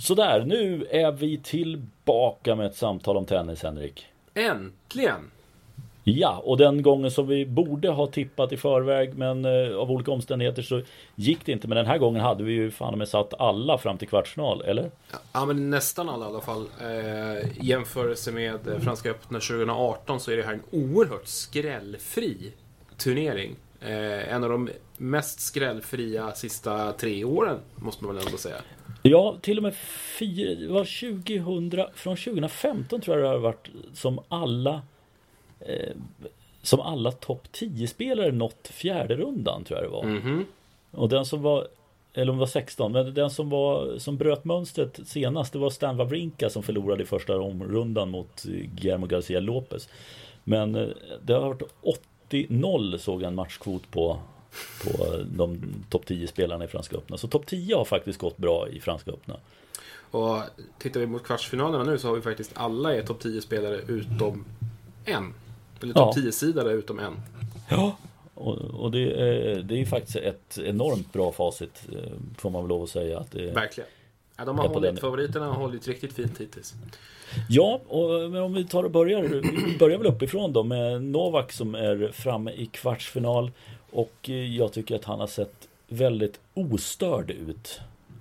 Så där, nu är vi tillbaka med ett samtal om tennis, Henrik. Äntligen! Ja, och den gången som vi borde ha tippat i förväg, men av olika omständigheter så gick det inte. Men den här gången hade vi ju fan med satt alla fram till kvartsfinal, eller? Ja, men nästan alla i alla fall. I jämförelse med Franska öppna 2018 så är det här en oerhört skrällfri turnering. En av de mest skrällfria sista 3 åren, måste man väl ändå säga. Ja, till och med från 2015 tror jag det har varit som alla topp 10-spelare nått fjärde rundan, tror jag det var. Mm-hmm. Och den som var, eller om det var 16, men den som bröt mönstret senast, det var Stan Wawrinka som förlorade i första omrundan mot Guillermo Garcia Lopez. Men det har varit 80-0 såg jag en matchkvot på de topp 10-spelarna i Franska öppna. Så topp 10 har faktiskt gått bra i Franska öppna. Och tittar vi mot kvartsfinalerna nu så har vi faktiskt alla topp 10-spelare utom en. Eller topp 10-sidare utom en. Ja, och det är ju faktiskt ett enormt bra facit, får man väl lov att säga. Att det, verkligen. Ja, de har hållit, favoriterna har hållit riktigt fint hittills. Ja, men om vi tar och börjar väl uppifrån då med Novak som är framme i kvartsfinal. Och jag tycker att han har sett väldigt ostörd ut.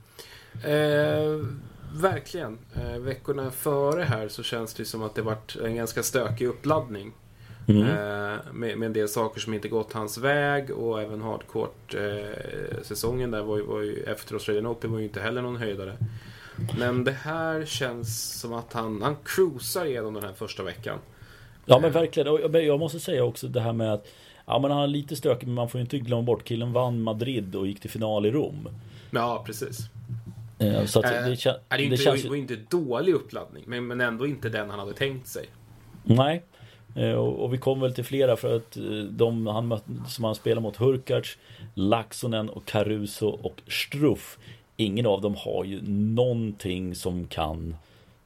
Verkligen. Veckorna före här så känns det som att det varit en ganska stökig uppladdning. Med en del saker som inte gått hans väg. Och även hardcourt-säsongen där var ju efter Australian Open var ju inte heller någon höjdare. Men det här känns som att han cruisar igenom den här första veckan. Ja, men verkligen. Och jag måste säga också det här med att men han är lite stökig, men man får ju inte glömma bort killen vann Madrid och gick till final i Rom. Ja, precis. Så att det känns ju inte dålig uppladdning, men ändå inte den han hade tänkt sig. Nej. Och vi kommer väl till flera, för att som han spelar mot Hurkacz, Laaksonen och Caruso och Struff, ingen av dem har ju någonting som kan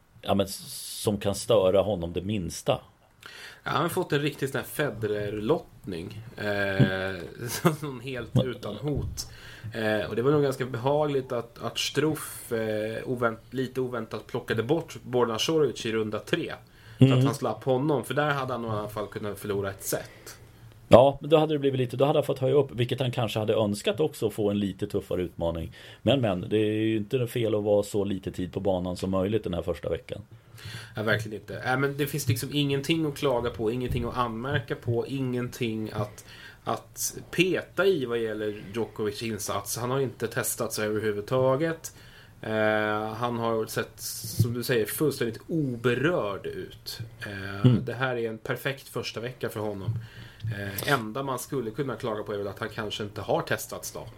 störa honom det minsta. Ja, han har fått en riktig sån här Federer-lottning. Helt utan hot. Och det var nog ganska behagligt att Struff lite oväntat plockade bort Borna Soric i runda 3. Så att han slapp honom. För där hade han i alla fall kunnat förlora ett set. Ja, men då hade det blivit då hade han fått höja upp, vilket han kanske hade önskat också, att få en lite tuffare utmaning. Men det är ju inte fel att vara så lite tid på banan som möjligt den här första veckan. Ja, verkligen inte. Men det finns liksom ingenting att klaga på, ingenting att anmärka på, ingenting att peta i vad gäller Djokovic insats. Han har inte testat sig överhuvudtaget. Han har sett, som du säger, fullständigt oberörd ut. Det här är en perfekt första vecka för honom. Enda man skulle kunna klaga på är väl att han kanske inte har testats då.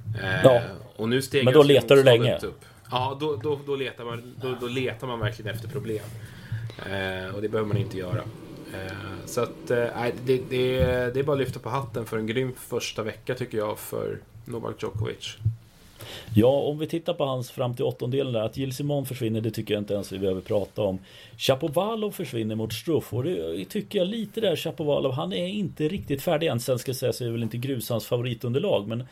Och nu men då letar du länge. Upp. Ja, då letar man verkligen efter problem. Och det behöver man inte göra. Så att det är bara att lyfta på hatten för en grym första vecka, tycker jag, för Novak Djokovic. Ja, om vi tittar på hans fram till åttondelen där, att Gilles Simon försvinner, det tycker jag inte ens vi behöver prata om. Shapovalov försvinner mot Struff, och det tycker jag lite där. Shapovalov, han är inte riktigt färdig än. Sen ska jag säga så är väl inte grus hans favoritunderlag, men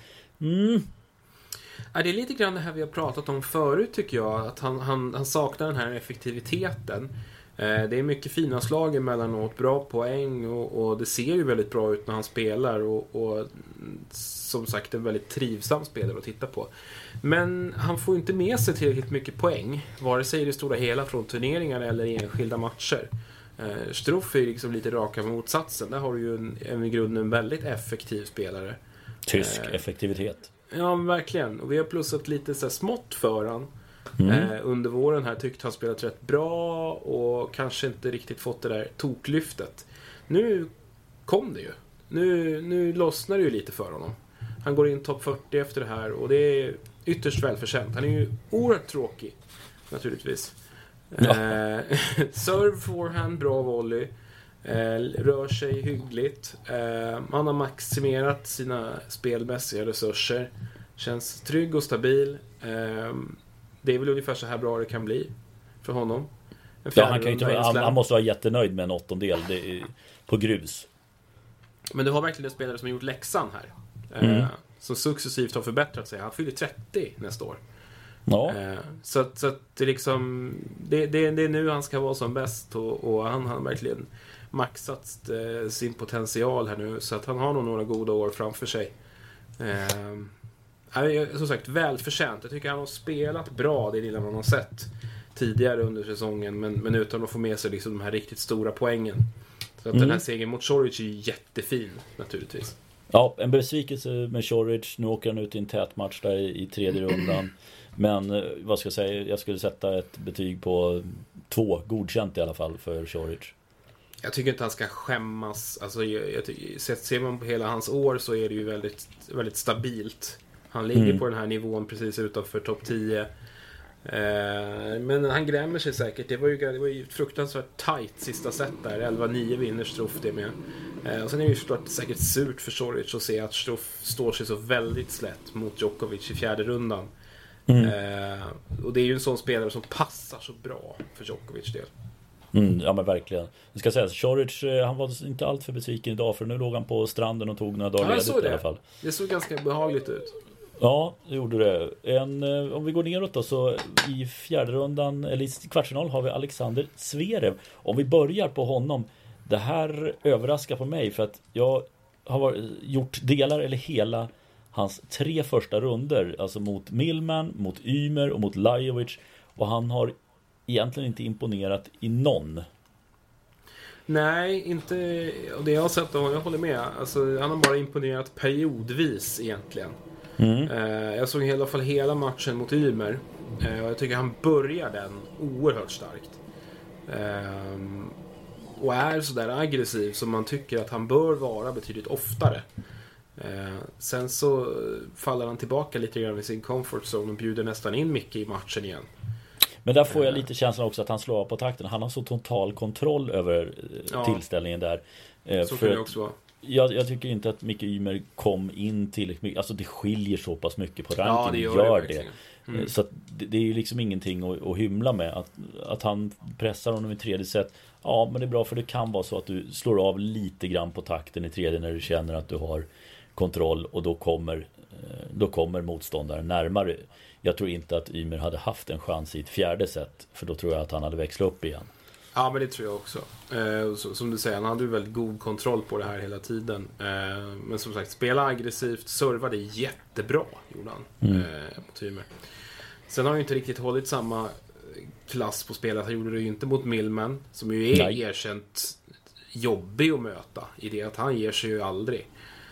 Ja, det är lite grann det här vi har pratat om förut, tycker jag. Att han saknar den här effektiviteten. Det är mycket fina slag emellanåt, bra poäng, och det ser ju väldigt bra ut när han spelar, och som sagt en väldigt trivsam spelare att titta på. Men han får inte med sig tillräckligt mycket poäng, vare sig i det stora hela från turneringar eller i enskilda matcher. Struff är liksom lite raka motsatsen. Där har du ju en i grunden väldigt effektiv spelare. Tysk effektivitet. Ja, verkligen. Och vi har plussat lite så här smått för han. Under våren här tyckte han spelat rätt bra och kanske inte riktigt fått det där toklyftet. Nu kom det ju. Nu lossnar det ju lite för honom. Han går in topp 40 efter det här, och det är ytterst välförtjänt. Han är ju oerhört tråkig, naturligtvis. Ja. Serve, forehand, bra volley. Rör sig hyggligt. Man har maximerat sina spelmässiga resurser. Känns trygg och stabil. Det är väl ungefär så här bra det kan bli för honom. Han måste vara jättenöjd med en åttondel på grus. Men du har verkligen en spelare som har gjort läxan här. Som successivt har förbättrat sig. Han fyller 30 nästa år. Ja. Så att det liksom det är nu han ska vara som bäst, och han har verkligen maxat sin potential här nu, så att han har nog några goda år framför sig. Som sagt, välförtjänt. Jag tycker han har spelat bra det lilla man har sett tidigare under säsongen, men utan att få med sig liksom de här riktigt stora poängen. Så att den här segern mot Chorich är ju jättefin naturligtvis. Ja, en besvikelse med Chorich. Nu åker han ut i en tät match där i tredje rundan. Men vad ska jag säga? Jag skulle sätta ett betyg på 2, godkänt i alla fall för Chorich. Jag tycker inte han ska skämmas. Alltså, ser man på hela hans år så är det ju väldigt, väldigt stabilt. Han ligger på den här nivån precis utanför topp 10. Men han grämer sig säkert. Det var ju fruktansvärt tight sista set där. 11-9 vinner Struff det med. Och sen är det ju säkert surt för Chorich att se att Struff står sig så väldigt slätt mot Djokovic i fjärde rundan. Och det är ju en sån spelare som passar så bra för Djokovic del. Ja men verkligen. Jag ska säga, Chorich, han var inte allt för besviken idag, för nu låg han på stranden och tog några dagar ledigt i alla fall. Det såg ganska behagligt ut. Ja, det gjorde det. Om vi går neråt då, så i fjärde rundan, eller i kvartsfinal, har vi Alexander Zverev. Om vi börjar på honom, det här överraskar på mig, för att jag har gjort delar eller hela hans 3 första runder, alltså mot Millman, mot Ymer och mot Lajovic, och han har egentligen inte imponerat i någon. Nej, inte. Och det jag har sett, och jag håller med, alltså, han har bara imponerat periodvis egentligen. Jag såg i alla fall hela matchen mot Ymer, och jag tycker han börjar den oerhört starkt, och är sådär aggressiv som man tycker att han bör vara betydligt oftare. Sen så faller han tillbaka lite grann i sin comfort zone och bjuder nästan in Micke i matchen igen. Men där får jag lite känslan också att han slår av på takten. Han har så total kontroll över tillställningen där. Så kan det också vara. Jag tycker inte att Micke Ymer kom in tillräckligt mycket. Alltså det skiljer så pass mycket på ranking. Ja, det gör det. Så att det är ju liksom ingenting att hymla med. Att han pressar honom i tredje set. Ja, men det är bra, för det kan vara så att du slår av lite grann på takten i tredje när du känner att du har kontroll, och då kommer motståndaren närmare. Jag tror inte att Ymer hade haft en chans i ett fjärde set, för då tror jag att han hade växlat upp igen. Ja, men det tror jag också. Som du säger, han hade ju väldigt god kontroll på det här hela tiden. Men som sagt, spela aggressivt, servade jättebra, gjorde han mot Ymer. Sen har han ju inte riktigt hållit samma klass på spelet. Han gjorde det ju inte mot Millman, som ju är erkänt jobbig att möta, i det att han ger sig ju aldrig.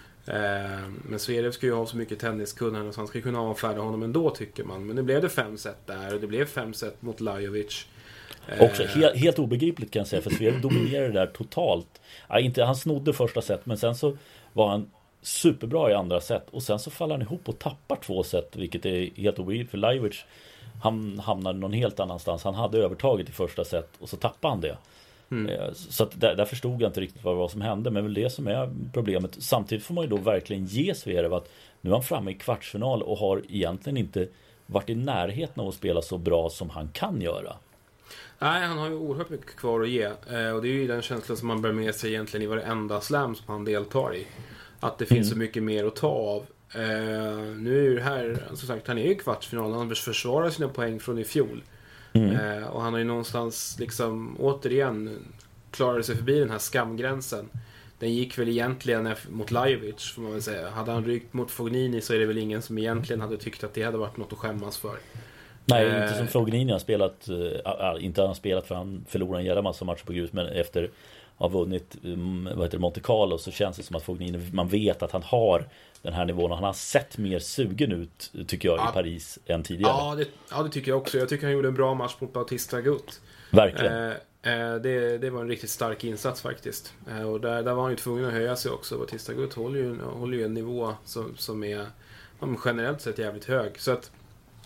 Men Zverev ska ju ha så mycket tenniskunnande så han ska kunna avfärda honom ändå, tycker man. Men nu blev det 5 set där, och det blev 5 set mot Lajovic. Också helt obegripligt kan jag säga, för Zverev dominerade där totalt. Han snodde första set, men sen så var han superbra i andra set, och sen så faller han ihop och tappar 2 set, vilket är helt obegripligt för Lajovic. Han hamnade någon helt annanstans. Han hade övertaget i första set, och så tappade han det. Så att där förstod jag inte riktigt vad som hände. Men väl det som är problemet. Samtidigt får man ju då verkligen ge Zverev att nu är han framme i kvartsfinal och har egentligen inte varit i närheten av att spela så bra som han kan göra. Nej, han har ju oerhört mycket kvar att ge. Och det är ju den känslan som man bär med sig egentligen i varenda slam som han deltar i. Att det finns så mycket mer att ta av. Nu är det här, som sagt, han är ju i kvartsfinal. Han försvarar sina poäng från i fjol. Och han har ju någonstans liksom återigen klarade sig förbi den här skamgränsen. Den gick väl egentligen mot Lajovic, får man väl säga. Hade han ryckt mot Fognini så är det väl ingen som egentligen hade tyckt att det hade varit något att skämmas för. Nej, inte som Fognini har spelat. Inte han har spelat, för han förlorade en jävla massa matcher på grus. Men efter att ha vunnit Monte Carlo, så känns det som att Fognini, man vet att han har den här nivån, och han har sett mer sugen ut, tycker jag, i Paris än tidigare. Ja, det tycker jag också. Jag tycker han gjorde en bra match mot Bautista Agut. Verkligen. Det var en riktigt stark insats faktiskt. Och där var han ju tvungen att höja sig också. Bautista Agut håller ju en nivå som är generellt sett jävligt hög. Så att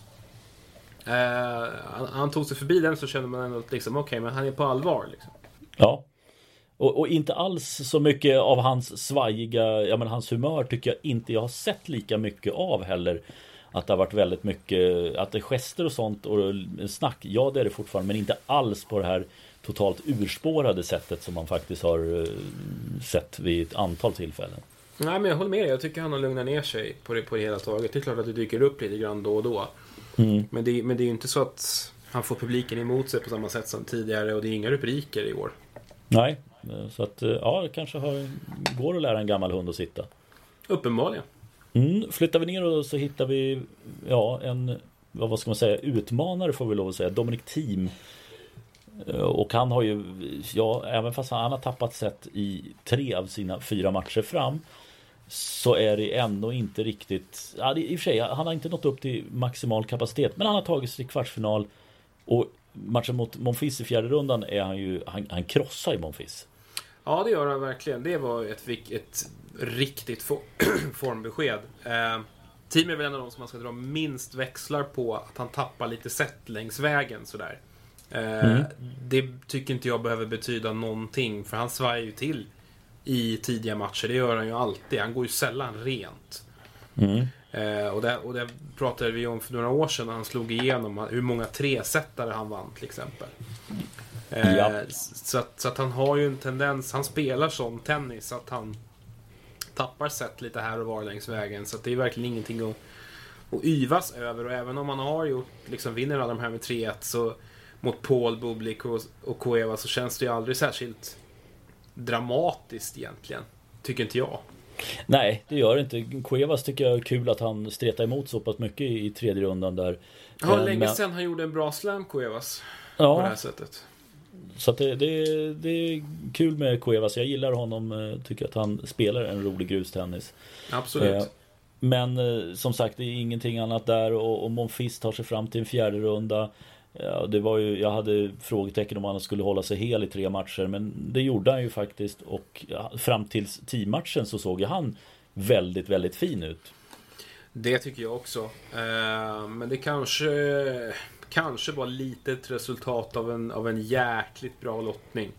han tog sig förbi den, så kände man ändå att liksom, okej, men han är på allvar liksom. Ja. Och inte alls så mycket av hans svajiga, hans humör tycker jag inte jag har sett lika mycket av heller. Att det har varit väldigt mycket, att det är gester och sånt och snack, ja det är det fortfarande, men inte alls på det här totalt urspårade sättet som man faktiskt har sett vid ett antal tillfällen. Nej, men jag håller med dig. Jag tycker han har lugnat ner sig på det hela taget. Det är klart att det dyker upp lite grann då och då. Men det är ju inte så att han får publiken emot sig på samma sätt som tidigare, och det är inga rubriker i år. Nej, så att det kanske går att lära en gammal hund att sitta. Uppenbarligen. Flyttar vi ner och så hittar vi en, vad ska man säga, utmanare får vi lov att säga, Dominic Thiem. Och han har ju, även fast han har tappat set i 3 av sina 4 matcher fram, så är det ändå inte riktigt, i och för sig, han har inte nått upp till maximal kapacitet, men han har tagit sig till kvartsfinal, och matchen mot Monfils i 4:e rundan är han krossar i Monfils. Ja, det gör han verkligen. Det var ett riktigt formbesked. Thiem är väl en av de som man ska dra minst växlar på att han tappar lite set längs vägen sådär. Det tycker inte jag behöver betyda någonting, för han svajar ju till i tidiga matcher. Det gör han ju alltid. Han går ju sällan rent. Och det pratade vi om för några år sedan när han slog igenom hur många 3-setare han vann till exempel. Så att han har ju en tendens, han spelar som tennis, att han tappar set lite här och var längs vägen, så att det är verkligen ingenting att yvas över. Och även om han har gjort, liksom vinner alla de här med 3-1 så mot Paul, Bublik och Cueva, så känns det ju aldrig särskilt dramatiskt egentligen, tycker inte jag. Nej, det gör inte. Cuevas tycker jag är kul att han stretar emot så pass mycket i 3:e rundan där. Ja, länge sedan han gjorde en bra slam, Cuevas, på det här sättet. Så att det är kul med Cuevas. Jag gillar honom, tycker att han spelar en rolig grustennis. Absolut. Men som sagt, det är ingenting annat där, och Monfils tar sig fram till en 4:e runda. Ja, det var ju, jag hade frågetecken om han skulle hålla sig hel i 3 matcher, men det gjorde han ju faktiskt, och fram till 10-matchen så såg han väldigt, väldigt fin ut. Det tycker jag också. Men det kanske var lite ett resultat av en jäkligt bra lottning.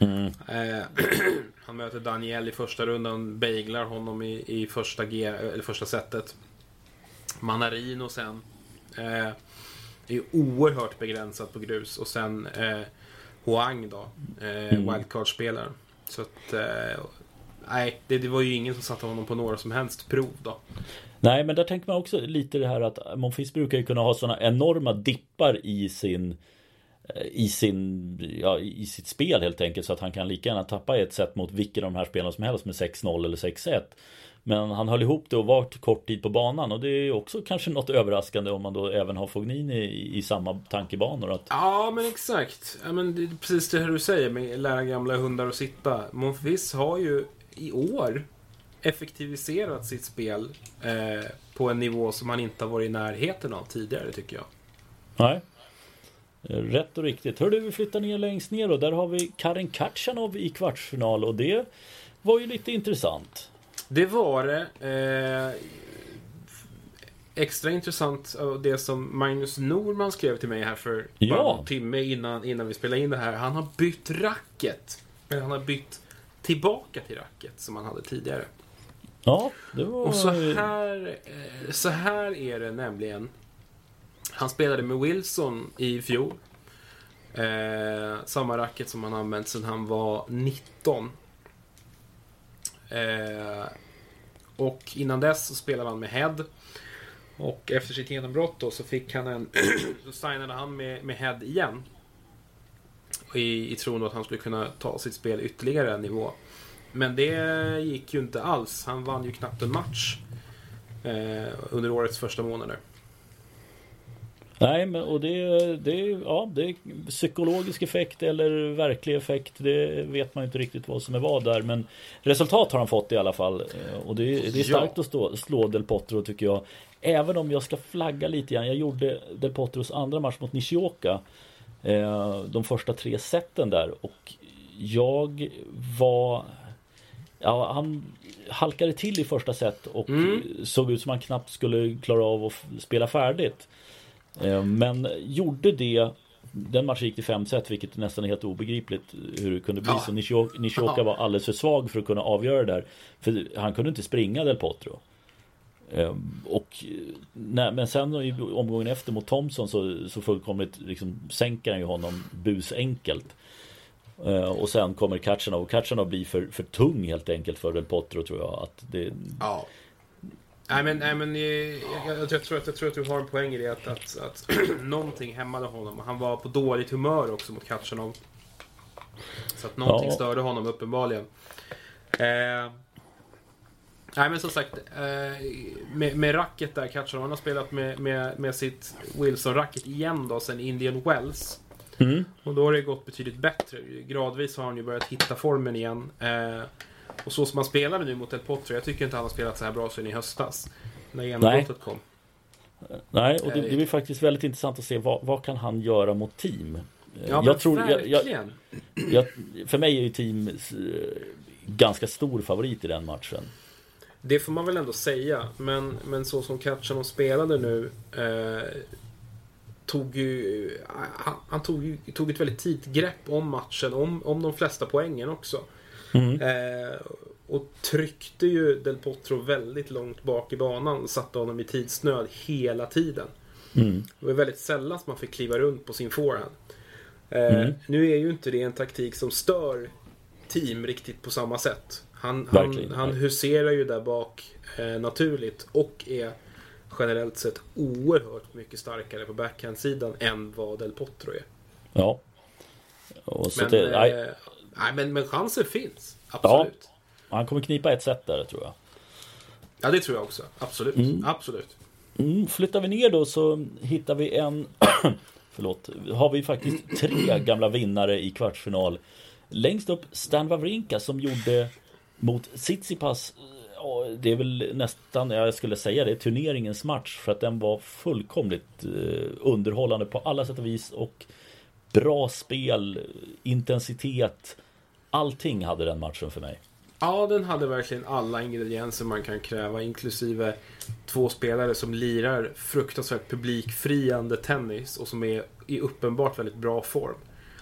Han möter Daniel i första rundan, baglar honom i första setet. Manarino sen är oerhört begränsat på grus, och sen Huang då, wildcard-spelaren. Så att nej, det var ju ingen som satte honom på några som helst prov då. Nej, men där tänker man också lite det här att Monfils brukar ju kunna ha såna enorma dippar i sitt spel helt enkelt, så att han kan lika gärna tappa ett set mot vilken av de här spelarna som helst med 6-0 eller 6-1. Men han höll ihop det och var kort tid på banan, och det är också kanske något överraskande om man då även har Fognini i samma tankebanor. Ja, men exakt. Ja, men det är precis det här du säger med lära gamla hundar att sitta. Monfils har ju i år effektiviserat sitt spel på en nivå som han inte har varit i närheten av tidigare, tycker jag. Nej. Rätt och riktigt. Hör du, vi flyttar ner längst ner, och där har vi Karen Khachanov i kvartsfinal, och det var ju lite intressant. Det var det. Extra intressant det som Magnus Norman skrev till mig här för bara en timme innan vi spelade in det här. Han har bytt racket. Men han har bytt tillbaka till racket som han hade tidigare. Ja, det var... Och så här är det nämligen. Han spelade med Wilson i fjol. Samma racket som han använt sedan han var 19. Och innan dess så spelade han med Head. Och efter sitt genombrott då så fick han så signade han med Head igen. I tron att han skulle kunna ta sitt spel ytterligare en nivå. Men det gick ju inte alls. Han vann ju knappt en match under årets första månader. Nej, men och det är psykologisk effekt eller verklig effekt, det vet man inte riktigt vad som är vad där, men resultat har han fått i alla fall, och det är starkt att slå Del Potro, tycker jag. Även om jag ska flagga lite grann, jag gjorde Del Potros andra match mot Nishioka, de första 3 seten där, och han halkade till i första set och såg ut som han knappt skulle klara av att spela färdigt. Men gjorde det. Den matchen gick till 5 set, vilket nästan är helt obegripligt hur det kunde bli. Så Nishioka var alldeles för svag för att kunna avgöra det där. För han kunde inte springa Del Potro. Men sen i omgången efter mot Thompson så fullkomligt liksom sänker han ju honom busenkelt. Och sen kommer Khachanov. Khachanov blir för tung helt enkelt för Del Potro, tror jag. Jag tror att du har en poäng i det att någonting hämmade honom. Han var på dåligt humör också mot Khachanov. Så att någonting störde honom uppenbarligen. Men som sagt, med racket där, Khachanov har spelat med sitt Wilson-racket igen då, sen Indian Wells. Och då har det gått betydligt bättre. Gradvis har han ju börjat hitta formen igen. Och så som man spelade nu mot Del Potro, jag tycker inte han har spelat så här bra sen i höstas när genombrottet kom. Nej, och det blir faktiskt väldigt intressant att se vad kan han göra mot team. Ja, jag tror verkligen. För mig är ju team ganska stor favorit i den matchen. Det får man väl ändå säga, men så som Khachanov spelade nu han tog ett väldigt tidigt grepp om matchen, om de flesta poängen också. Och tryckte ju Del Potro väldigt långt bak i banan, satte honom i tidsnöd hela tiden. Det var väldigt sällan som man fick kliva runt på sin forehand. Nu är ju inte det en taktik som stör team riktigt på samma sätt. Han huserar ju där bak naturligt och är generellt sett oerhört mycket starkare på backhandsidan än vad Del Potro är. Ja. Och så men chansen finns. Absolut. Ja, han kommer knipa ett set där, tror jag. Ja, det tror jag också. Absolut. Absolut. Flyttar vi ner då så hittar vi har vi faktiskt 3 gamla vinnare i kvartsfinal. Längst upp Stan Wawrinka som gjorde mot Tsitsipas, det är väl nästan, jag skulle säga det, turneringens match, för att den var fullkomligt underhållande på alla sätt och vis, och bra spel, intensitet, allting hade den matchen för mig. Ja, den hade verkligen alla ingredienser man kan kräva, inklusive 2 spelare som lirar fruktansvärt publikfriande tennis och som är i uppenbart väldigt bra form.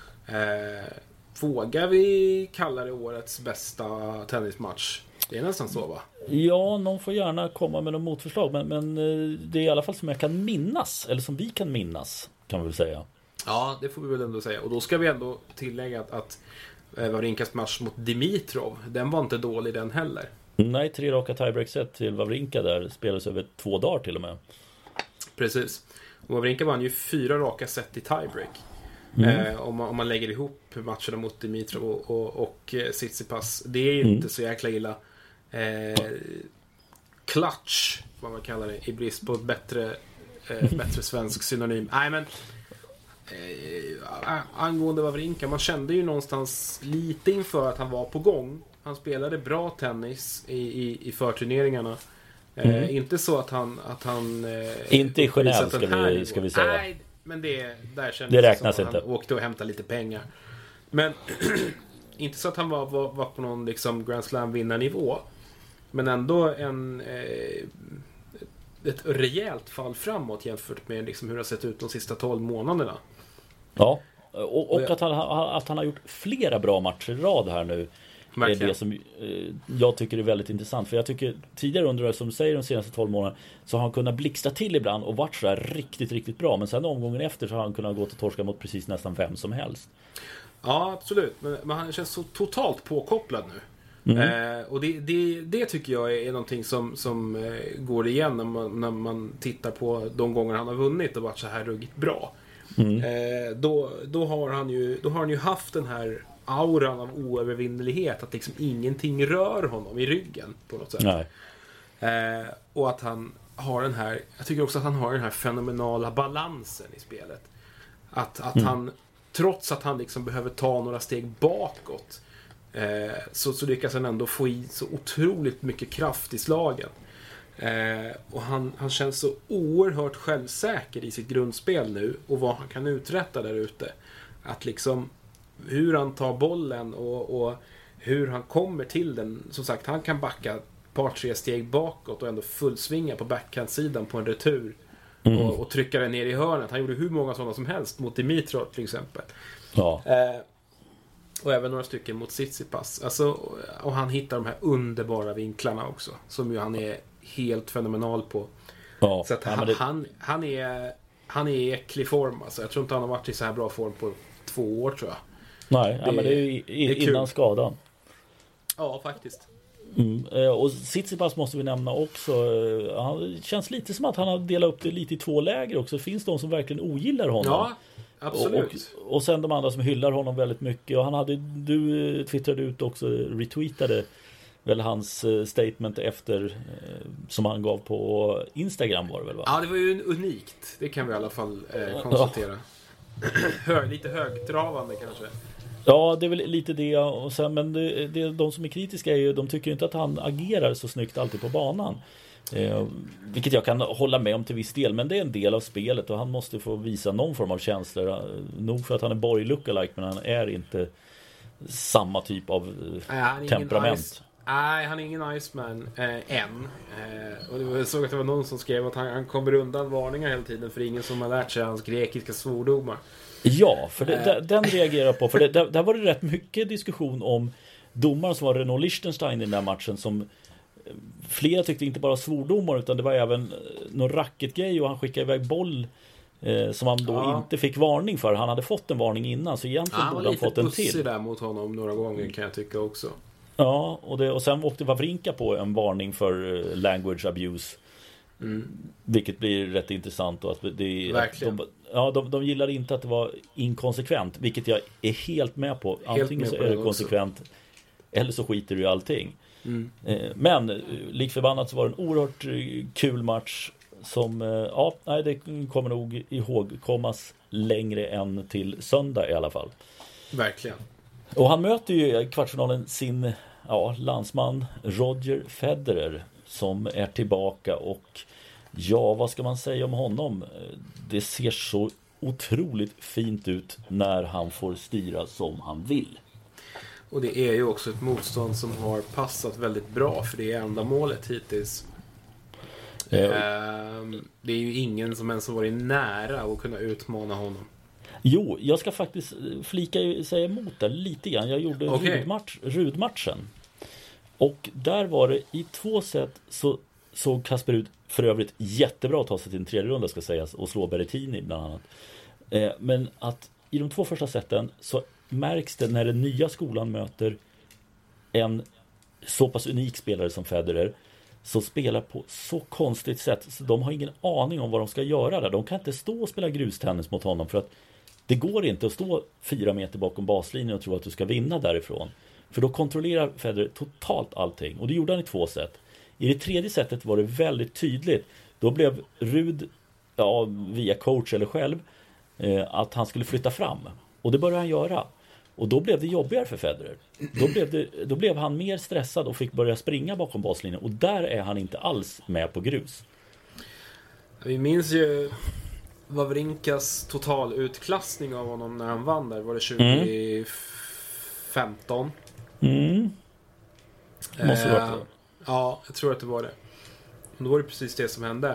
Vågar vi kalla det årets bästa tennismatch? Det är nästan så, va? Ja, någon får gärna komma med något motförslag, men det är i alla fall som jag kan minnas, eller som vi kan minnas, kan vi väl säga. Ja, det får vi väl ändå säga. Och då ska vi ändå tillägga att Wawrinkas match mot Dimitrov, den var inte dålig den heller. Nej, 3 raka tiebreak-set till Wawrinka där, spelades över 2 dagar till och med. Precis. Och Wawrinka vann ju 4 raka set i tiebreak. Om man lägger ihop matcherna mot Dimitrov och Tsitsipas. Det är inte så jäkla illa. Clutch, vad man kallar det, i brist på ett bättre svensk synonym. Nej, men angående Wawrinka, man kände ju någonstans lite inför att han var på gång. Han spelade bra tennis i förturneringarna. Inte så att han inte i Genève ska vi säga. Nej, men det kändes det räknas som att inte. Han åkte och hämtade lite pengar. Men inte så att han var på någon liksom Grand Slam vinnarnivå. Men ändå ett rejält fall framåt jämfört med liksom hur det har sett ut de sista 12 månaderna. Ja, och att han har gjort flera bra matcher i rad här nu. Verkligen. Är det som jag tycker är väldigt intressant. För jag tycker tidigare under, som du säger, de senaste 12 månaderna, så har han kunnat blixtra till ibland och varit så här riktigt, riktigt bra. Men sen omgången efter så har han kunnat gå till torska mot precis nästan vem som helst. Ja, absolut. Men han känns så totalt påkopplad nu. Och det tycker jag är någonting som går igen när man tittar på de gånger han har vunnit och varit så här ruggigt bra. Då har han ju haft den här auran av oövervinnelighet, att liksom ingenting rör honom i ryggen på något sätt. Nej. Och att han har den här, jag tycker också att han har den här fenomenala balansen i spelet. Att han, trots att han liksom behöver ta några steg bakåt, så lyckas han ändå få i så otroligt mycket kraft i slagen. Och han känns så oerhört självsäker i sitt grundspel nu, och vad han kan uträtta där ute. Att liksom hur han tar bollen och hur han kommer till den. Som sagt, han kan backa ett par 3 steg bakåt och ändå fullsvinga på backhandsidan på en retur och trycka den ner i hörnet. Han gjorde hur många sådana som helst mot Dimitrov till exempel. Ja. Och även några stycken mot Tsitsipas. Alltså, och han hittar de här underbara vinklarna också, som ju han är helt fenomenal på. Ja. Så att han är i äcklig form. Alltså, jag tror inte han har varit i så här bra form på 2 år, tror jag. Nej, men det är ju innan skadan. Ja, faktiskt. Och Tsitsipas måste vi nämna också. Han känns lite som att han har delat upp det lite i två läger också. Det finns de som verkligen ogillar honom. Ja, absolut. Och sen de andra som hyllar honom väldigt mycket. Och han hade, du twittrade ut också, retweetade väl hans statement efter som han gav på Instagram var det väl, va? Ja, det var ju unikt. Det kan vi i alla fall konstatera. Lite högtravande kanske. Ja, det är väl lite det. Och sen, men de som är kritiska är ju, de tycker inte att han agerar så snyggt alltid på banan. Vilket jag kan hålla med om till viss del. Men det är en del av spelet och han måste få visa någon form av känslor. Nog för att han är Borg lookalike, men han är inte samma typ av temperament. Nej, han är ingen Iceman än. Och jag såg att det var någon som skrev att han kommer undan varningar hela tiden för ingen som har lärt sig hans grekiska svordomar. Ja, för den reagerar jag på. För där var det rätt mycket diskussion om domaren som var Renaud Liechtenstein i den där matchen, som flera tyckte inte bara svordomar utan det var även någon racketgrej och han skickade iväg boll som han då inte fick varning för. Han hade fått en varning innan, så egentligen borde han fått en till. Han var lite där mot honom några gånger, kan jag tycka också. Ja, och sen åkte Wawrinka på en varning för language abuse. Vilket blir rätt intressant. Och att de gillar inte att det var inkonsekvent, vilket jag är helt med på. Antingen så är det konsekvent eller så skiter du i allting. Men likförbannat så var det en oerhört kul match som, det kommer nog ihågkommas längre än till söndag i alla fall. Verkligen. Och han möter ju i kvartsfinalen sin landsman Roger Federer som är tillbaka, och vad ska man säga om honom? Det ser så otroligt fint ut när han får styra som han vill. Och det är ju också ett motstånd som har passat väldigt bra för det enda målet hittills. Det är ju ingen som ens har varit nära att kunna utmana honom. Jo, jag ska faktiskt säga emot det lite grann. Jag gjorde Rud-matchen. Och där var det i 2 set så såg Casper Ruud för övrigt jättebra att ta sig till en tredje runda, ska sägas, och slå Berrettini bland annat. Men att i de 2 första seten så märks det när den nya skolan möter en så pass unik spelare som Federer, så spelar på så konstigt sätt så de har ingen aning om vad de ska göra där. De kan inte stå och spela grustennis mot honom, för att det går inte att stå 4 meter bakom baslinjen och tro att du ska vinna därifrån. För då kontrollerar Federer totalt allting. Och det gjorde han i 2 set. I det 3:e setet var det väldigt tydligt. Då blev Ruud, via coach eller själv, att han skulle flytta fram. Och det började han göra. Och då blev det jobbigare för Federer. Då blev han mer stressad och fick börja springa bakom baslinjen. Och där är han inte alls med på grus. Vi minns ju Wawrinkas total utklassning av honom när han vann där. Var det 2015? Måste det vara. Ja, jag tror att det var det. Och då var det precis det som hände.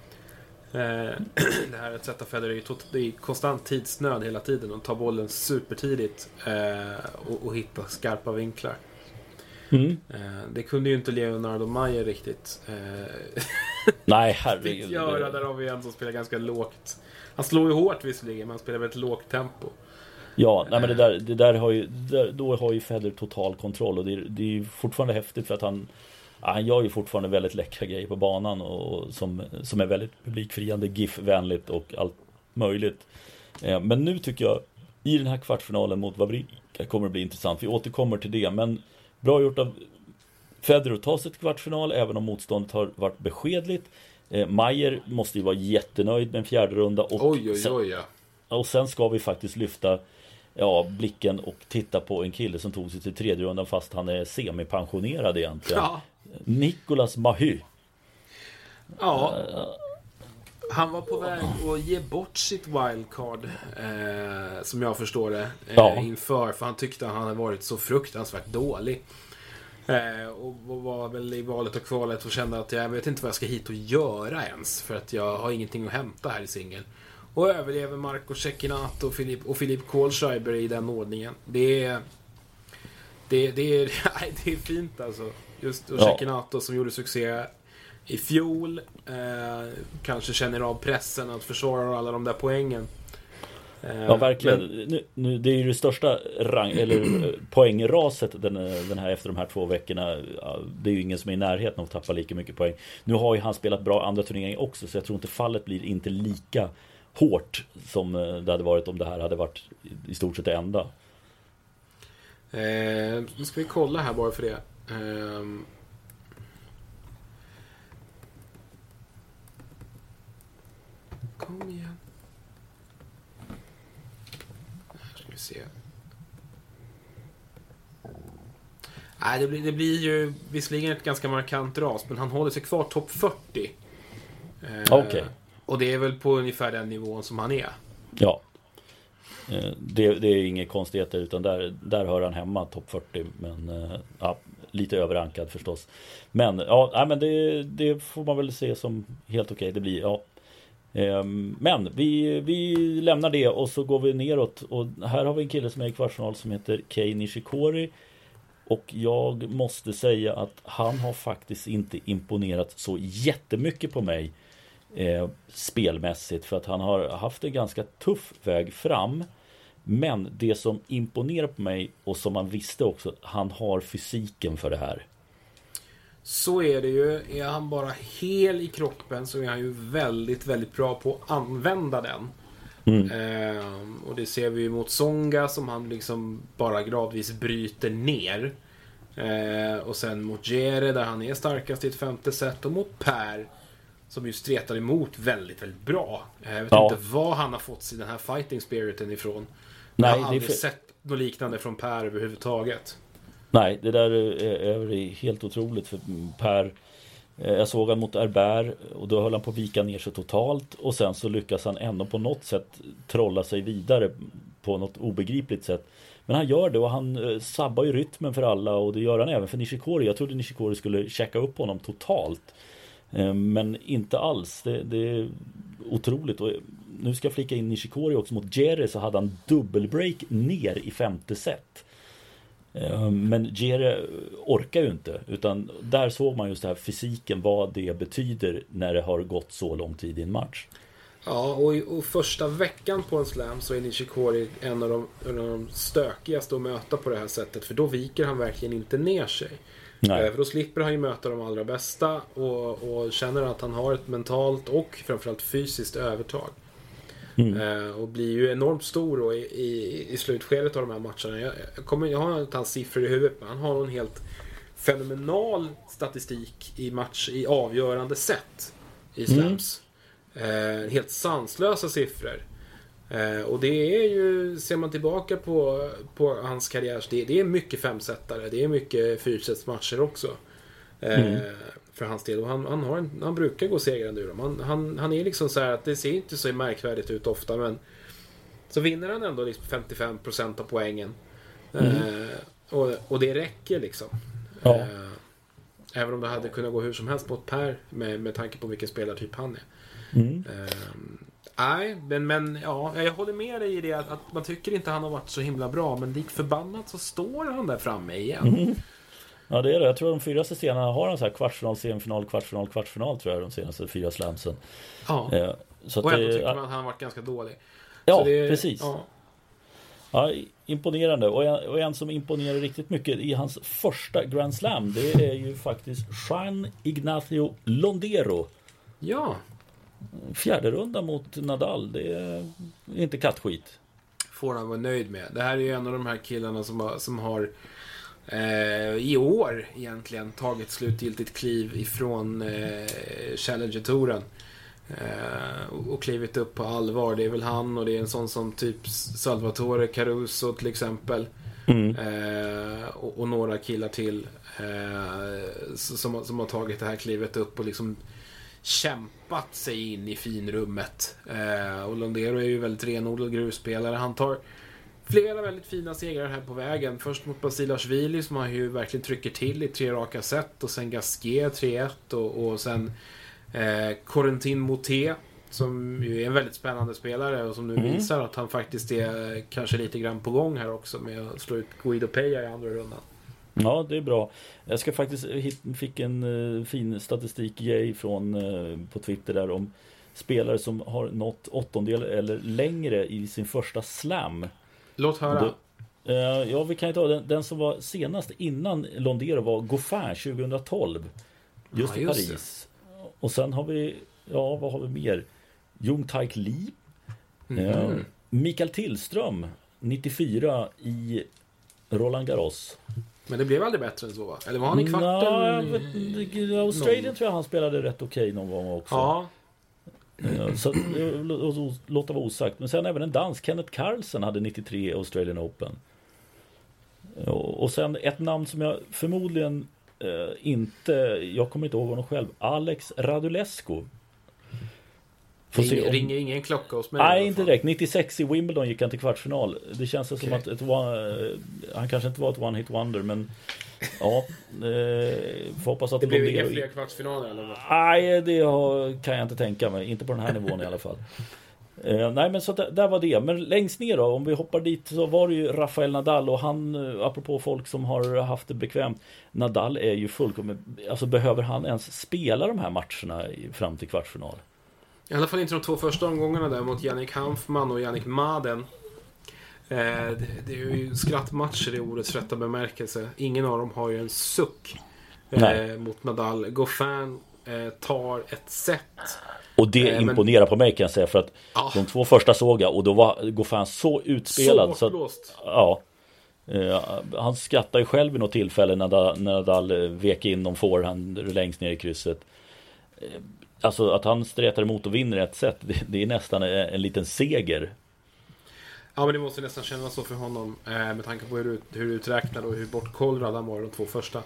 Det här att sätta Federer i konstant tidsnöd hela tiden och ta bollen supertidigt och hitta skarpa vinklar. Det kunde ju inte Leonardo Mayer riktigt. Nej, herregud. Göra där har vi en som spelar ganska lågt. Han slår ju hårt visserligen, men han spelar väldigt lågt tempo. Ja, nej, men det där då har ju Federer total kontroll, och det är ju fortfarande häftigt för att han gör ju fortfarande väldigt läckra grejer på banan och som är väldigt publikfriande, GIF-vänligt och allt möjligt. Men nu tycker jag i den här kvartsfinalen mot Wawrinka kommer det bli intressant. Vi återkommer till det, men bra gjort av Federer att ta sig till kvartsfinal även om motståndet har varit beskedligt. Mayer måste ju vara jättenöjd med en 4:e runda och sen ska vi faktiskt lyfta blicken och titta på en kille som tog sig till 3:e rundan fast han är semipensionerad egentligen. Nicolas Mahut. Ja. Han var på väg att ge bort sitt wildcard som jag förstår det inför, för han tyckte att han hade varit så fruktansvärt dålig. Och var väl i valet och kvalet och kände att jag vet inte vad jag ska hit och göra ens, för att jag har ingenting att hämta här i singel. Och överlever Marco Cecchinato och Philippe Kohlschreiber i den ordningen. Det är fint alltså. Just Cecchinato som gjorde succé i fjol, kanske känner av pressen att försvara alla de där poängen. Ja, verkligen. Nu, det är ju det största poängraset den här efter de här 2 veckorna. Det är ju ingen som är i närheten av att tappa lika mycket poäng. Nu har ju han spelat bra andra turneringar också, så jag tror inte fallet blir inte lika hårt som det hade varit om det här hade varit i stort sett det enda. Nu ska vi kolla här bara för det. Kom igen. Här ska vi se. Nej, det blir ju visserligen ett ganska markant ras, men han håller sig kvar topp 40. Okej. Och det är väl på ungefär den nivån som han är. Ja. Det är inga konstigheter, utan där hör han hemma topp 40, men ja, lite överankad förstås. Men ja, men det får man väl se som helt okej. Det blir, ja. Men vi lämnar det och så går vi neråt, och här har vi en kille som är i kvartsfinal som heter Kei Nishikori, och jag måste säga att han har faktiskt inte imponerat så jättemycket på mig spelmässigt, för att han har haft en ganska tuff väg fram. Men det som imponerar på mig, och som man visste också, han har fysiken för det här. Så är det ju. Är han bara hel i kroppen så är han ju väldigt, väldigt bra på att använda den. Och det ser vi ju mot Tsonga, som han liksom bara gradvis bryter ner. Och sen mot Jere, där han är starkast i ett 5:e set, och mot Per, som ju stretar emot väldigt, väldigt bra. Jag vet inte vad han har fått sig den här fighting spiriten ifrån. Nej, jag har aldrig sett något liknande från Per överhuvudtaget. Nej, det där är helt otroligt, för Per, jag såg han mot Herbert, och då höll han på att vika ner sig totalt, och sen så lyckas han ändå på något sätt trolla sig vidare på något obegripligt sätt. Men han gör det, och han sabbar ju rytmen för alla, och det gör han även för Nishikori. Jag trodde Nishikori skulle checka upp honom totalt, men inte alls. Det är otroligt. Och nu ska jag flika in Nishikori också. Mot Jere så hade han dubbelbreak ner i 5:e set. Men Jere orkar ju inte, utan där såg man just det här fysiken, vad det betyder när det har gått så lång tid i en match. Ja, och första veckan på en slam så är Nishikori en av de stökigaste att möta på det här sättet, för då viker han verkligen inte ner sig. För då slipper han ju möta de allra bästa och känner att han har ett mentalt och framförallt fysiskt övertag. Och blir ju enormt stor då i slutskedet av de här matcherna. Jag har inte hans siffror i huvudet, men han har en helt fenomenal statistik i avgörande set i slams. Helt sanslösa siffror. Och det är ju, ser man tillbaka på hans karriär, det är mycket 5-setare, det är mycket 4-setsmatcher också. För hans del. Och han brukar gå segrande ur dem. Han är liksom så här att det ser inte så märkvärdigt ut ofta, men så vinner han ändå liksom 55% av poängen. Och det räcker liksom. Ja. Även om det hade kunnat gå hur som helst mot Per med tanke på vilken spelartyp han är. Nej, men ja, jag håller med dig i det att man tycker inte han har varit så himla bra, men lik förbannat så står han där framme igen. Ja, det är det. Jag tror de 4 scenerna har en så här kvartsfinal, semifinal, kvartsfinal tror jag, de senaste 4 slamsen. Ja. Så och ändå tycker man att han har varit ganska dålig. Ja, precis. Ja, imponerande. Och en som imponerar riktigt mycket i hans första Grand Slam, det är ju faktiskt Juan Ignacio Londero. Ja. 4:e runda mot Nadal, det är inte kattskit. Får han vara nöjd med. Det här är ju en av de här killarna som har i år egentligen tagit slutgiltigt kliv ifrån Challenger-touren. Och klivit upp på allvar. Det är väl han, och det är en sån som typ Salvatore Caruso till exempel. Och några killar till som har tagit det här klivet upp och liksom kämpat sig in i finrummet. Och Londero är ju väldigt renodlad gruvspelare. Han tar flera väldigt fina segrar här på vägen. Först mot Basilashvili, som han ju verkligen trycker till i 3 raka set, och sen Gasquet 3-1, och sen Corentin Moutet, som ju är en väldigt spännande spelare och som nu visar att han faktiskt är kanske lite grann på gång här också med att slå ut Guido Peja i andra rundan. Ja, det är bra. Jag fick en fin statistik från på Twitter där om spelare som har nått åttondel eller längre i sin första slam. Låt höra. Ja, vi kan ju ta den som var senast innan Londero var Goffin 2012. Just i Paris. Och sen har vi, vad har vi mer? Jung Taik Lee. Mikael Tillström 94 i Roland Garros. Men det blev aldrig bättre än så, va? Eller var han i kvarten? Australien tror jag han spelade rätt okej någon gång också. Ja. Så låt det vara osagt. Men sen även en dansk, Kenneth Carlsen, hade 93 Australian Open. Och sen ett namn som jag förmodligen jag kommer inte ihåg honom själv, Alex Radulescu. Ringer ingen klocka hos mig? Nej, inte direkt. 96 i Wimbledon gick han till kvartsfinal. Det känns som att han kanske inte var ett one hit wonder, men får hoppas att det blev inga fler kvartsfinaler eller vad? Nej, det kan jag inte tänka mig. Inte på den här nivån i alla fall. Nej, men så där var det. Men längst ner då, om vi hoppar dit, så var det ju Rafael Nadal. Och han, apropå folk som har haft det bekvämt, Nadal är ju fullkommen. Alltså, behöver han ens spela de här matcherna fram till kvartsfinal? I alla fall inte de 2 första omgångarna där mot Yannick Hanfman och Yannick Madden. Det är ju skrattmatcher i ordets rätta bemärkelse. Ingen av dem har ju en suck mot Nadal. Goffin tar ett set. Och det imponerar på mig, kan jag säga, för att de 2 första såg jag, och då var Goffin så utspelad så bortblåst. Han skrattar ju själv i något tillfälle när Nadal vek in de forehand längst ner i krysset. Alltså att han stretar emot och vinner ett set, det är nästan en liten seger. Ja, men det måste nästan kännas så för honom, med tanke på hur uträknad och hur bortkollrad han var de 2 första.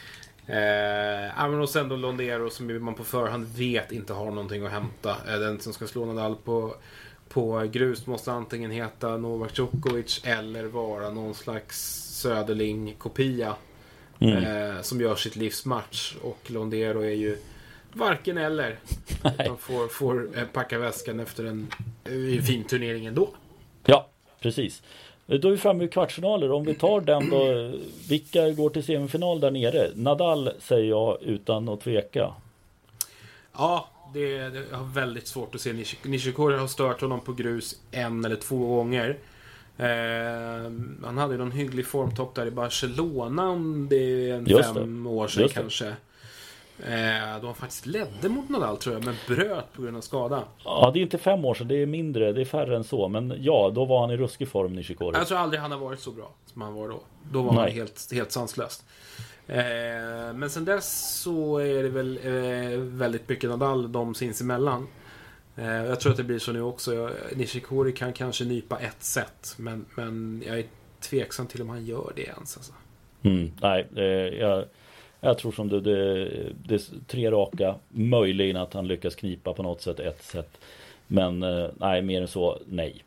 Men och sen då Londero, som man på förhand vet inte har någonting att hämta. Den som ska slå Nadal på grus måste antingen heta Novak Djokovic eller vara någon slags Söderling-kopia som gör sitt livsmatch. Och Londero är ju varken eller, utan får packa väskan efter en fin turnering ändå. Ja, precis. Då är vi framme i kvartsfinaler. Om vi tar den då, vilka går till semifinal där nere? Nadal säger jag utan att tveka. Ja, jag har väldigt svårt att se. Nishikori har stört honom på grus 1 eller 2 gånger. Han hade någon hygglig formtopp där i Barcelona, om det är 5 år sedan kanske. Då han faktiskt ledde mot Nadal, tror jag, men bröt på grund av skada. Ja, det är inte 5 år sedan, det är mindre, det är färre än så. Men ja, då var han i ruskig form, Nishikori. Jag tror aldrig han har varit så bra som han var då. Då var han helt sanslöst. Men sen dess så är det väl väldigt mycket Nadal de sinsemellan. Jag tror att det blir så nu också. Nishikori kan kanske nypa ett set, men jag är tveksam till om han gör det ens alltså. Nej, jag tror som det är 3 raka, möjligen att han lyckas knipa på något sätt ett sätt. Men nej, mer än så, nej.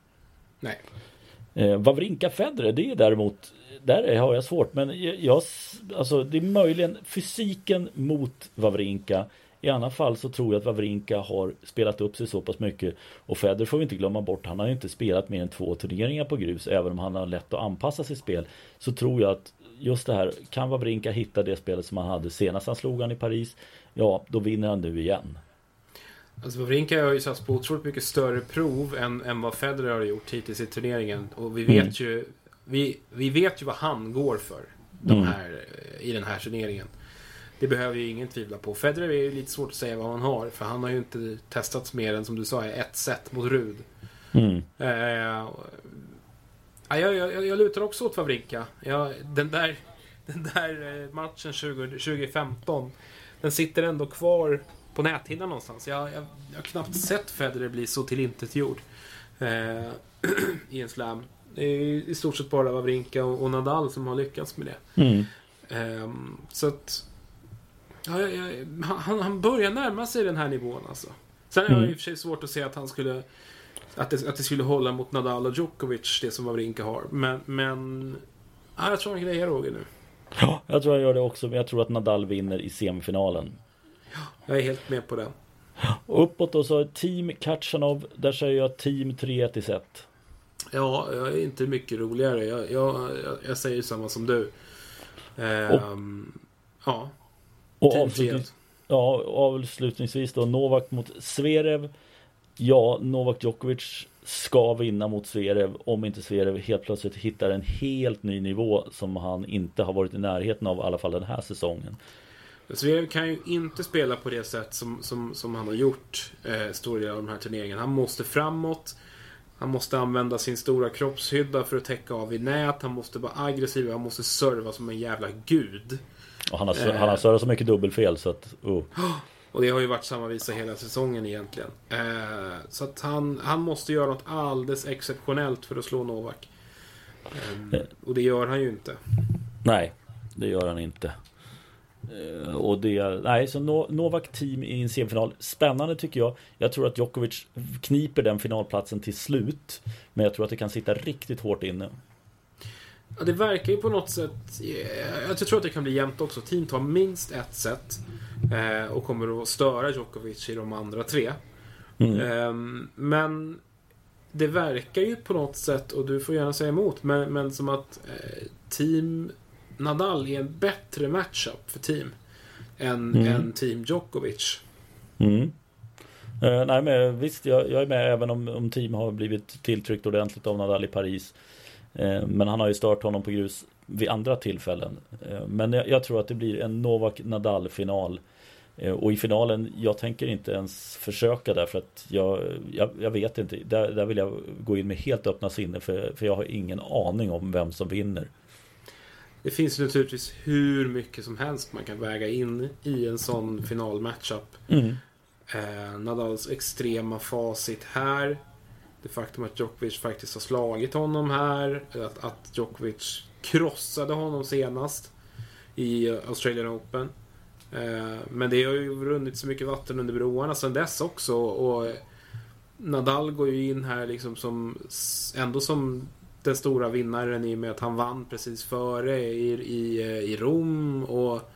Wawrinka Federer, det är däremot, där har jag svårt. Men alltså, det är möjligen fysiken mot Wawrinka. I alla fall så tror jag att Wawrinka har spelat upp sig så pass mycket. Och Federer får vi inte glömma bort, han har ju inte spelat mer än 2 turneringar på grus. Även om han har lätt att anpassa sitt spel, så tror jag att just det här, kan Wawrinka hitta det spelet som han hade senast han slog han i Paris, då vinner han nu igen. Alltså Wawrinka har ju satt på otroligt mycket större prov än vad Federer har gjort hittills i turneringen. Och vi vet ju vi vet ju vad han går för i den här turneringen. Det behöver ju ingen tvivla på. Federer är ju lite svårt att säga vad han har, för han har ju inte testats mer än, som du sa, ett set mot Rud. Jag lutar också åt Wawrinka. Den där matchen 2015, den sitter ändå kvar på näthinnan någonstans. Jag har knappt sett Federer bli så tillintetgjord i en slam. Det är i stort sett bara Wawrinka och Nadal som har lyckats med det. Så att han börjar närma sig den här nivån alltså. Sen är det i och för sig svårt att se att han skulle att det skulle hålla mot Nadal och Djokovic, det som Wawrinka har. Men jag tror han grejer Roger nu. Ja, jag tror jag gör det också. Men jag tror att Nadal vinner i semifinalen. Ja, jag är helt med på det. Och uppåt då så Team Kachanov. Där säger jag Team 3-1 i set. Ja, jag är inte mycket roligare. Jag säger samma som du. Och avslutningsvis då Novak mot Zverev. Ja, Novak Djokovic ska vinna mot Zverev om inte Zverev helt plötsligt hittar en helt ny nivå som han inte har varit i närheten av, i alla fall den här säsongen. Zverev kan ju inte spela på det sätt som han har gjort stor del av de här turneringen. Han måste framåt. Han måste använda sin stora kroppshydda för att täcka av i nät. Han måste vara aggressiv. Han måste serva som en jävla gud. Och han har servat så mycket dubbelfel så att... Och det har ju varit samma visa hela säsongen egentligen. Så att han måste göra något alldeles exceptionellt för att slå Novak. Och det gör han ju inte. Nej, det gör han inte. Och så Novak team i en semifinal. Spännande tycker jag. Jag tror att Djokovic kniper den finalplatsen till slut. Men jag tror att det kan sitta riktigt hårt inne. Ja, det verkar ju på något sätt... Jag tror att det kan bli jämnt också. Team tar minst ett set och kommer att störa Djokovic i de andra 3. Men det verkar ju på något sätt, och du får gärna säga emot, men som att team Nadal är en bättre matchup för team än team Djokovic. Nej, men visst, jag är med även om team har blivit tilltryckt ordentligt av Nadal i Paris. Men han har ju stört honom på grus vid andra tillfällen. Men jag tror att det blir en Novak-Nadal-final. Och i finalen, jag tänker inte ens försöka där, för att jag vet inte. Där vill jag gå in med helt öppna sinne, för jag har ingen aning om vem som vinner. Det finns naturligtvis hur mycket som helst man kan väga in i en sån final-matchup. Nadals extrema facit här. Det faktum att Djokovic faktiskt har slagit honom här. Att Djokovic krossade honom senast i Australian Open. Men det har ju runnit så mycket vatten under broarna sedan dess också. Och Nadal går ju in här liksom som den stora vinnaren, i och med att han vann precis före i Rom. Och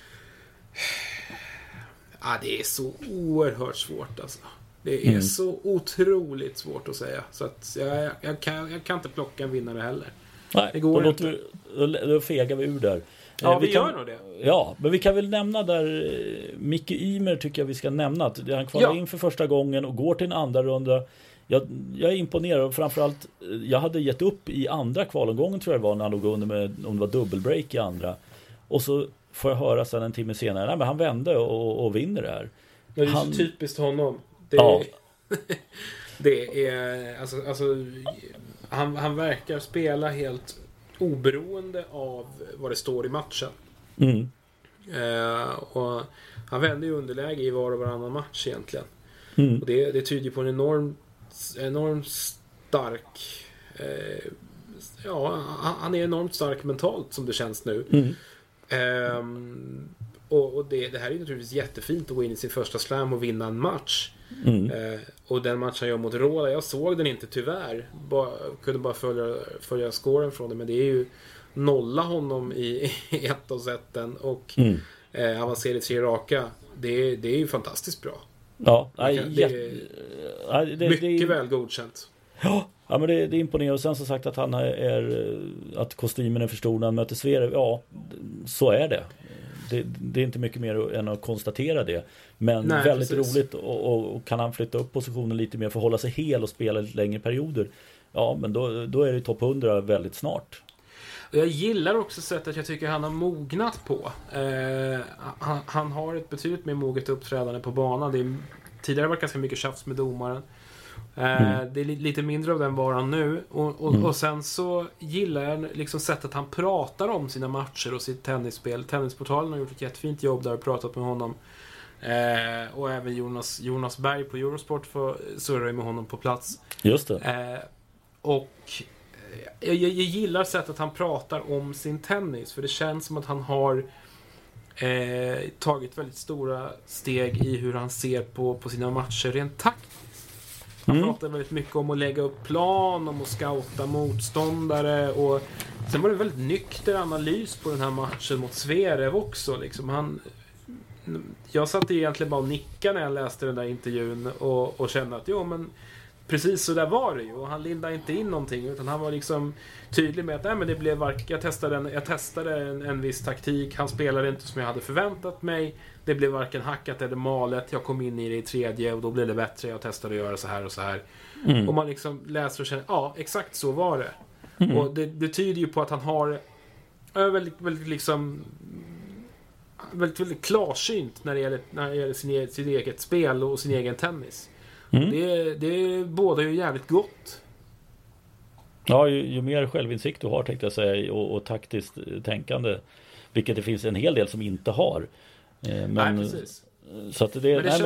det är så oerhört svårt alltså. Det är så otroligt svårt att säga. Så att jag kan inte plocka en vinnare heller. Nej, det går inte. Då fegar vi ur där. Ja, vi gör nog det. Ja, men vi kan väl nämna där Micke Ymer tycker jag vi ska nämna. Att han kvalar in för första gången och går till en andra runda. Jag är imponerad, och framförallt jag hade gett upp i andra kvalomgången, tror jag det var, när han låg under med, om det var dubbelbreak i andra. Och så får jag höra sen en timme senare, nej, men han vände och vinner det här. Det är så typiskt honom. Det är alltså han verkar spela helt oberoende av vad det står i matchen. Och han vänder ju underläge i var och varannan match egentligen. Och det tyder på en enormt stark han är enormt stark mentalt, som det känns nu. Och det här är naturligtvis jättefint att gå in i sin första slam och vinna en match. Och den matchen jag gör mot Rola, jag såg den inte tyvärr, kunde bara följa scoren från det, men det är ju nolla honom i ett av sätten och avancera i 3 raka. Det är ju fantastiskt bra. Ja, mycket väl godkänt. Ja, men det är imponerande. Och sen som sagt att han att kostymen är för stor när han möter Zverev. Ja, så är det. Det är inte mycket mer än att konstatera det. Men väldigt precis. Roligt, och kan han flytta upp positionen lite mer för att hålla sig hel och spela lite längre perioder, ja, men då är det topp 100 väldigt snart. Jag gillar också sättet jag tycker han har mognat på. Han har ett betydligt mer moget uppträdande på banan. Tidigare var det ganska mycket tjafs med domaren. Det är lite mindre av den varan nu. Och sen så gillar jag liksom sättet han pratar om sina matcher och sitt tennisspel. Tennisportalen har gjort ett jättefint jobb där och pratat med honom. Och även Jonas Berg på Eurosport surrar med honom på plats. Just det. Och jag gillar sättet han pratar om sin tennis, för det känns som att han har tagit väldigt stora steg i hur han ser på sina matcher rent taktiskt. Han pratar väldigt mycket om att lägga upp plan, om att scouta motståndare, och sen var det en väldigt nykter analys på den här matchen mot Zverev också. Liksom jag satt egentligen bara och nickade när jag läste den där intervjun och kände att men precis så där var det ju. Och han lindade inte in någonting, utan han var liksom tydlig med att nej, men det blev jag testade en viss taktik. Han spelade inte som jag hade förväntat mig. Det blev varken hackat eller malet. Jag kom in i det i tredje och då blev det bättre. Jag testade att göra så här och så här. Och man liksom läser och känner, ja, exakt så var det. Och det tyder ju på att han har väldigt liksom väldigt klarsynt när det gäller sin eget spel och sin egen tennis. Det båda ju jävligt gott. Ja, ju mer självinsikt du har, tänkte jag säga, och taktiskt tänkande, vilket det finns en hel del som inte har. Nej, precis. Så att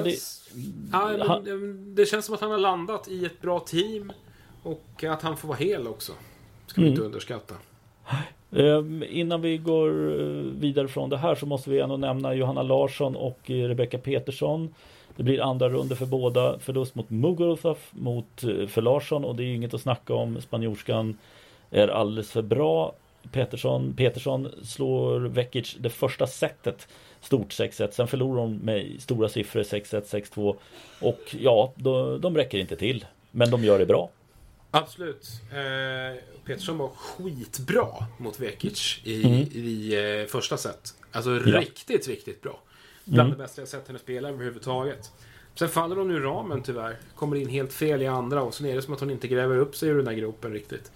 det känns som att han har landat i ett bra team och att han får vara hel också. Ska vi inte underskatta. Innan vi går vidare från det här så måste vi ändå nämna Johanna Larsson och Rebecca Petersson. Det blir andra runder för båda. Förlust mot Muguruza för Larsson, och det är inget att snacka om. Spanjorskan är alldeles för bra. Petersson slår Vekic det första setet stort 6-1. Sen förlorar de med stora siffror 6-1, 6-2. Och ja, de räcker inte till. Men de gör det bra. Absolut. Petersson var skitbra mot Vekic i första set. Alltså riktigt bra. Bland det bästa jag sett henne spela överhuvudtaget. Sen faller hon ur ramen tyvärr. Kommer in helt fel i andra. Och sen är det som att hon inte gräver upp sig ur den här gropen riktigt.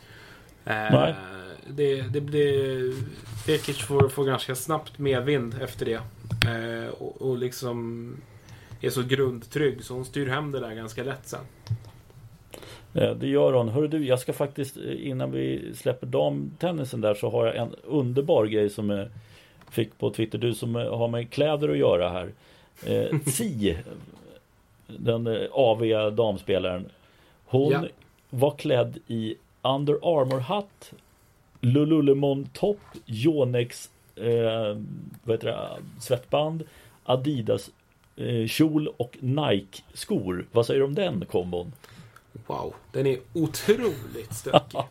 Det blir... Vekic får ganska snabbt medvind efter det. Och liksom är så grundtrygg. Så hon styr hem det där ganska lätt sen. Det gör hon. Hörru du, jag ska faktiskt, innan vi släpper damtennisen där, så har jag en underbar grej som jag fick på Twitter. Du som har med kläder att göra här. Tsi, den aviga damspelaren, hon var klädd i Under Armour-hatt, Lululemon-topp, Yonex svettband, Adidas kjol och Nike-skor. Vad säger du om den kombon? Wow, den är otroligt stökig.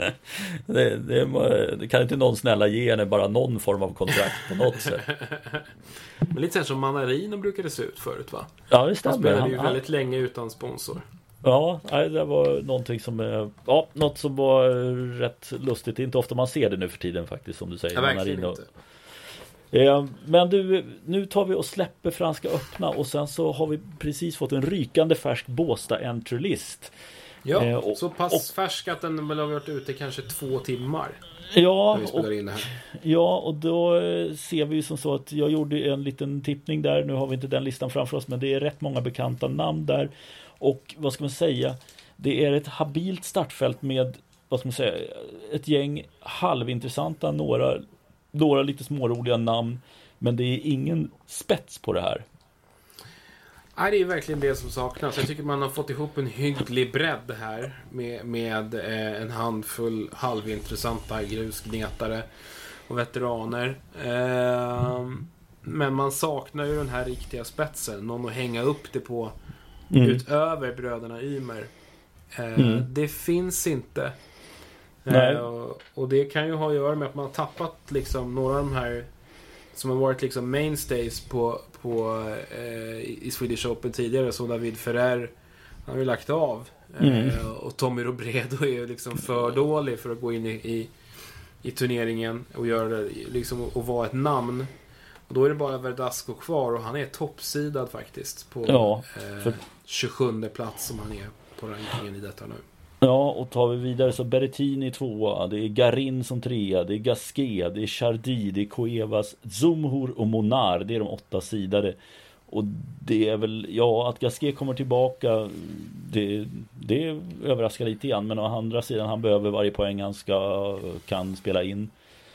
Det kan inte någon snälla ge henne bara någon form av kontrakt på något sätt. Men lite som Manarino brukade se ut förut, va? Ja, det stämmer. Han spelade ju väldigt länge utan sponsor. Ja, det var någonting som något som var rätt lustigt. Det är inte ofta man ser det nu för tiden faktiskt, som du säger. Ja, verkligen inte. Men du, nu tar vi och släpper Franska öppna, och sen så har vi precis fått en rykande färsk Båstad entry-list. Ja, så pass färsk att den väl har varit ute kanske 2 timmar. Ja, vi spelar in det här. Ja, och då ser vi ju som så att jag gjorde en liten tippning där. Nu har vi inte den listan framför oss, men det är rätt många bekanta namn där. Och vad ska man säga? Det är ett habilt startfält med, vad ska man säga, ett gäng halvintressanta, några lite småroliga namn, men det är ingen spets på det här. Nej, det är verkligen det som saknas. Jag tycker man har fått ihop en hygglig bredd här med en handfull halvintressanta grusgnetare och veteraner. Men man saknar ju den här riktiga spetsen, någon att hänga upp det på utöver bröderna Ymer. Det finns inte. Och det kan ju ha att göra med att man har tappat liksom några av de här som har varit liksom mainstays i Swedish Open tidigare, så David Ferrer, han har ju lagt av. Och Tommy Robredo är ju liksom för dålig för att gå in i turneringen och göra det liksom, och vara ett namn. Och då är det bara Verdasco kvar, och han är toppsidad faktiskt på 27 plats som han är på rankingen i detta nu. Ja, och tar vi vidare så Berrettini 2, det är Garin som 3, det är Gasquet, det är Chardy, det är Cuevas, Zumhur och Monar. Det är de 8 sidade. Och det är väl, att Gasquet kommer tillbaka, det överraskar lite grann. Men å andra sidan, han behöver varje poäng han kan spela in.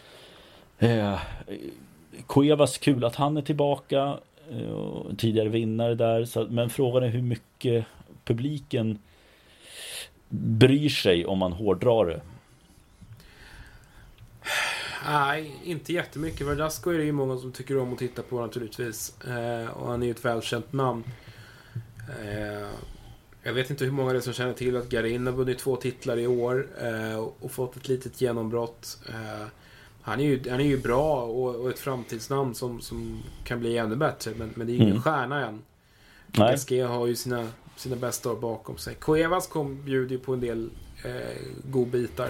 Cuevas, kul att han är tillbaka, tidigare vinnare där. Men frågan är hur mycket publiken bryr sig om man hårdrar det. Nej, inte jättemycket. Verdasco är det ju många som tycker om att titta på naturligtvis. Och han är ju ett välkänt namn. Jag vet inte hur många det är som känner till att Garin har vunnit 2 titlar i år och fått ett litet genombrott. Han är ju bra och ett framtidsnamn som kan bli ännu bättre, men det är ingen stjärna än. Gasquet har ju sina bästa år bakom sig. Cuevas bjuder ju på en del godbitar.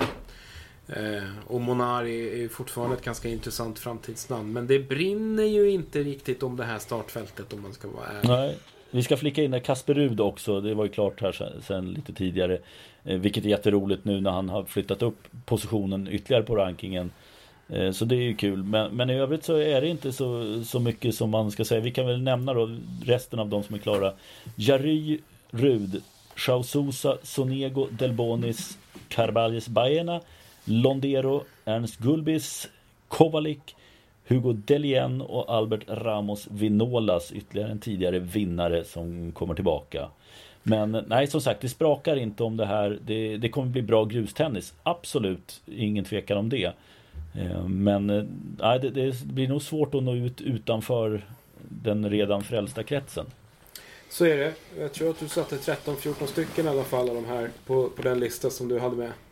Och Monari är fortfarande ett ganska intressant framtidsnamn. Men det brinner ju inte riktigt om det här startfältet, om man ska vara ärlig. Nej, vi ska flika in där Kasper Ruud också. Det var ju klart här sen lite tidigare. Vilket är jätteroligt nu när han har flyttat upp positionen ytterligare på rankingen. Så det är ju kul. Men i övrigt så är det inte så mycket som man ska säga. Vi kan väl nämna då resten av de som är klara. Jarry, Ruud, João Sousa, Sonego, Delbonis, Carvalhes Baena, Londero, Ernst Gulbis, Kovalik, Hugo Delien och Albert Ramos Vinolas, ytterligare en tidigare vinnare som kommer tillbaka. Men nej, som sagt, det sprakar inte om det här. Det kommer bli bra grustennis. Absolut, ingen tvekan om det. Men nej, det blir nog svårt att nå ut utanför den redan frälsta kretsen. Så är det. Jag tror att du satte 13-14 stycken i alla fall av de här på den lista som du hade med.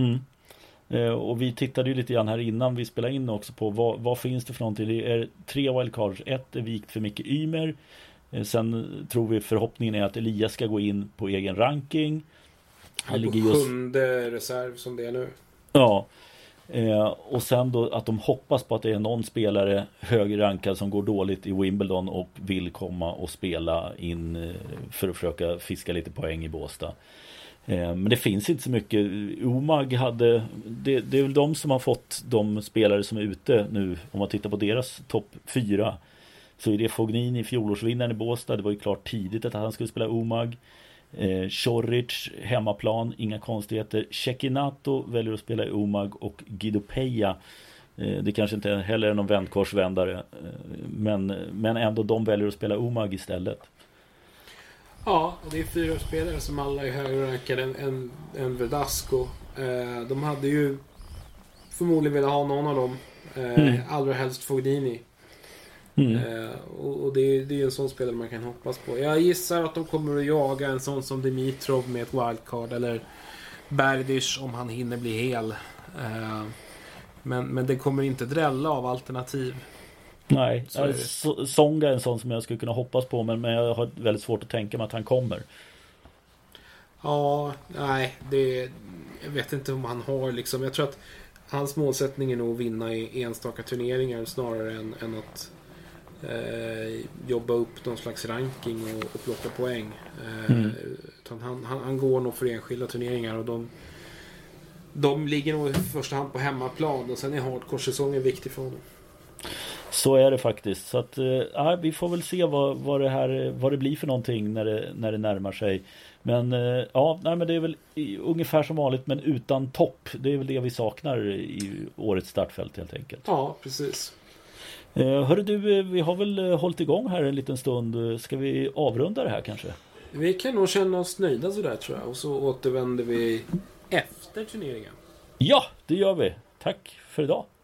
Och vi tittade ju lite grann här innan vi spelade in också på vad finns det för någonting. Det är 3 wildcards. 1 är vikt för Micke Ymer. Sen tror vi förhoppningen är att Elias ska gå in på egen ranking. Han ligger just 7:e reserv som det är nu. Ja. Och sen då att de hoppas på att det är någon spelare högre rankad som går dåligt i Wimbledon och vill komma och spela in för att försöka fiska lite poäng i Båstad. Men det finns inte så mycket. Omag hade det är väl de som har fått de spelare som är ute nu. Om man tittar på deras topp 4 så är det Fognini, fjolårsvinnaren i Båstad. Det var ju klart tidigt att han skulle spela Omag. Choric, hemmaplan, inga konstigheter. Cecchinato väljer att spela i Omag och Guido Peja, det kanske inte heller är någon vändkorsvändare, men ändå de väljer att spela Omag istället. Ja, och det är 4 spelare som alla är högre rankade än Verdasco. De hade ju förmodligen velat ha någon av dem, allra helst Fognini. Och det är ju en sån spelare man kan hoppas på. Jag gissar att de kommer att jaga en sån som Dimitrov med ett wildcard, eller Berdych om han hinner bli hel. Men det kommer inte drälla av alternativ. Nej, Songa är en sån som jag skulle kunna hoppas på, men jag har väldigt svårt att tänka mig att han kommer. Ja, nej, jag vet inte om han har liksom, jag tror att hans målsättning är nog att vinna i enstaka turneringar snarare än att jobba upp någon slags ranking och plocka poäng. Han går nog för enskilda turneringar, och de ligger nog i första hand på hemmaplan, och sen är hardcore-säsongen viktig för honom. Så är det faktiskt. Så att vi får väl se vad det blir för någonting när det närmar sig. Men men det är väl ungefär som vanligt, men utan topp. Det är väl det vi saknar i årets startfält helt enkelt. Ja, precis. Hörru du, vi har väl hållit igång här en liten stund. Ska vi avrunda det här kanske? Vi kan nog känna oss nöjda sådär, tror jag. Och så återvänder vi efter turneringen. Ja, det gör vi. Tack för idag.